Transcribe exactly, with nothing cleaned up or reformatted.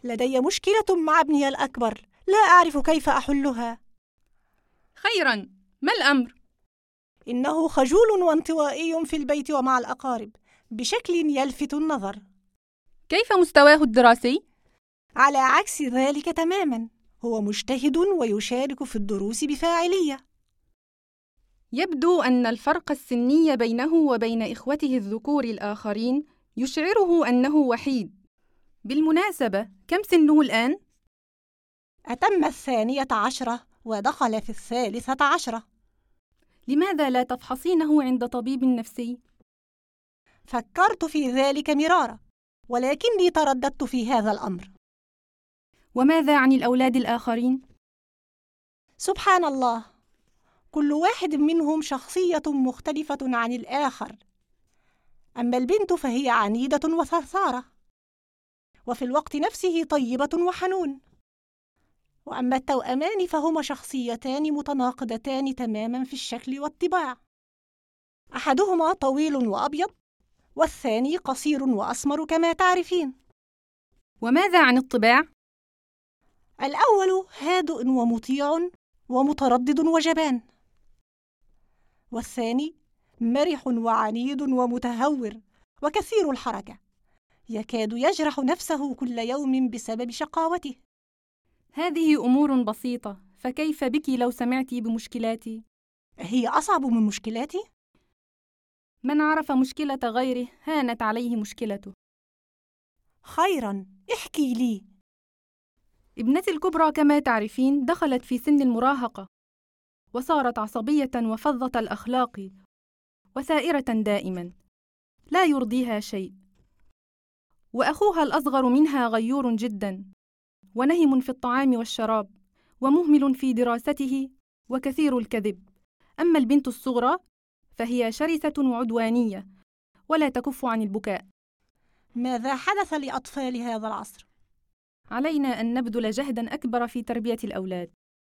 لدي مشكلة مع ابني الأكبر، لا أعرف كيف أحلها. خيراً، ما الأمر؟ إنه خجول وانطوائي في البيت ومع الأقارب بشكل يلفت النظر. كيف مستواه الدراسي؟ على عكس ذلك تماماً، هو مجتهد ويشارك في الدروس بفاعلية. يبدو أن الفرق السني بينه وبين إخوته الذكور الآخرين يشعره أنه وحيد. بالمناسبة، كم سنه الآن؟ أتم الثانية عشرة ودخل في الثالثة عشرة. لماذا لا تفحصينه عند طبيب نفسي؟ فكرت في ذلك مرارا، ولكني ترددت في هذا الأمر. وماذا عن الأولاد الآخرين؟ سبحان الله، كل واحد منهم شخصية مختلفة عن الآخر. أما البنت فهي عنيدة وثرثارة، وفي الوقت نفسه طيبة وحنون. وأما التوأمان فهما شخصيتان متناقضتان تماما في الشكل والطباع. أحدهما طويل وأبيض، والثاني قصير وأسمر كما تعرفين. وماذا عن الطباع؟ الأول هادئ ومطيع ومتردد وجبان، والثاني مرح وعنيد ومتهور وكثير الحركة، يكاد يجرح نفسه كل يوم بسبب شقاوته. هذه أمور بسيطة، فكيف بك لو سمعت بمشكلاتي؟ هي أصعب من مشكلاتي؟ من عرف مشكلة غيره هانت عليه مشكلته. خيراً، احكي لي. ابنتي الكبرى كما تعرفين دخلت في سن المراهقة، وصارت عصبية وفظة الأخلاق وثائرة دائما، لا يرضيها شيء. وأخوها الأصغر منها غيور جدا، ونهم في الطعام والشراب، ومهمل في دراسته، وكثير الكذب. أما البنت الصغرى فهي شرسة وعدوانية، ولا تكف عن البكاء. ماذا حدث لأطفال هذا العصر؟ علينا أن نبذل جهدا أكبر في تربية الأولاد.